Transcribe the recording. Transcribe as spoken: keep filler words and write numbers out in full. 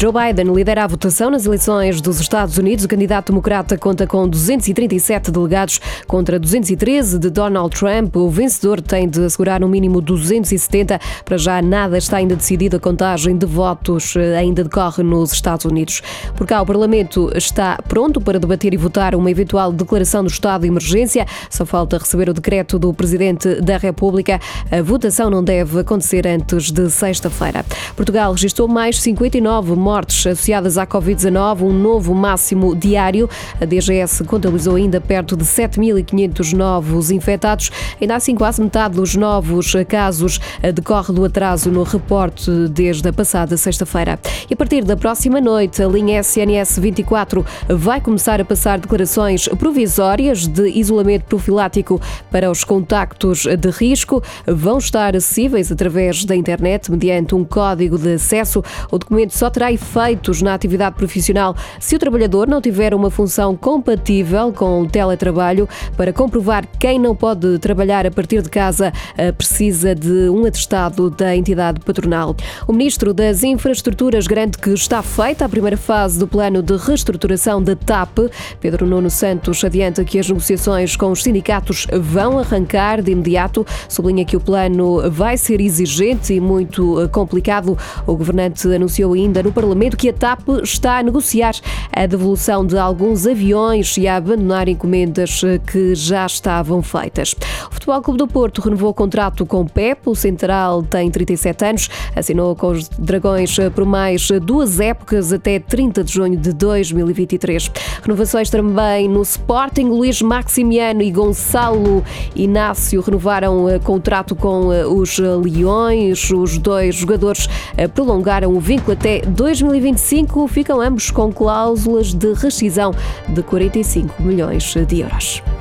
Joe Biden lidera a votação nas eleições dos Estados Unidos. O candidato democrata conta com duzentos e trinta e sete delegados contra duzentos e treze de Donald Trump. O vencedor tem de assegurar no mínimo duzentos e setenta. Para já nada está ainda decidido. A contagem de votos ainda decorre nos Estados Unidos. Por cá, o Parlamento está pronto para debater e votar uma eventual declaração do estado de emergência. Só falta receber o decreto do Presidente da República. A votação não deve acontecer antes de sexta-feira. Portugal registrou mais cinquenta e nove mortes associadas à covid dezanove, um novo máximo diário. A D G S contabilizou ainda perto de sete mil e quinhentos novos infectados. Ainda assim, quase metade dos novos casos decorre do atraso no reporte desde a passada sexta-feira. E a partir da próxima noite, a linha S N S vinte e quatro vai começar a passar declarações provisórias de isolamento profilático para os contactos de risco. Vão estar acessíveis através da internet, mediante um código de acesso. O documento só terá efeitos na atividade profissional se o trabalhador não tiver uma função compatível com o teletrabalho. Para comprovar quem não pode trabalhar a partir de casa, precisa de um atestado da entidade patronal. O Ministro das Infraestruturas garante que está feita a primeira fase do plano de reestruturação da T A P. Pedro Nuno Santos adianta que as negociações com os sindicatos vão arrancar de imediato. Sublinha que o plano vai ser exigente e muito complicado. O governante anunciou ainda no Parlamento que a T A P está a negociar a devolução de alguns aviões e a abandonar encomendas que já estavam feitas. O Futebol Clube do Porto renovou o contrato com o Pepe. O central tem trinta e sete anos, assinou com os Dragões por mais duas épocas até trinta de junho de dois mil e vinte e três. Renovações também no Sporting. Luís Maximiano e Gonçalo Inácio renovaram o contrato com os Leões. Os dois jogadores prolongaram o vínculo até dois mil e vinte e cinco. Ficam ambos com cláusulas de rescisão de quarenta e cinco milhões de euros.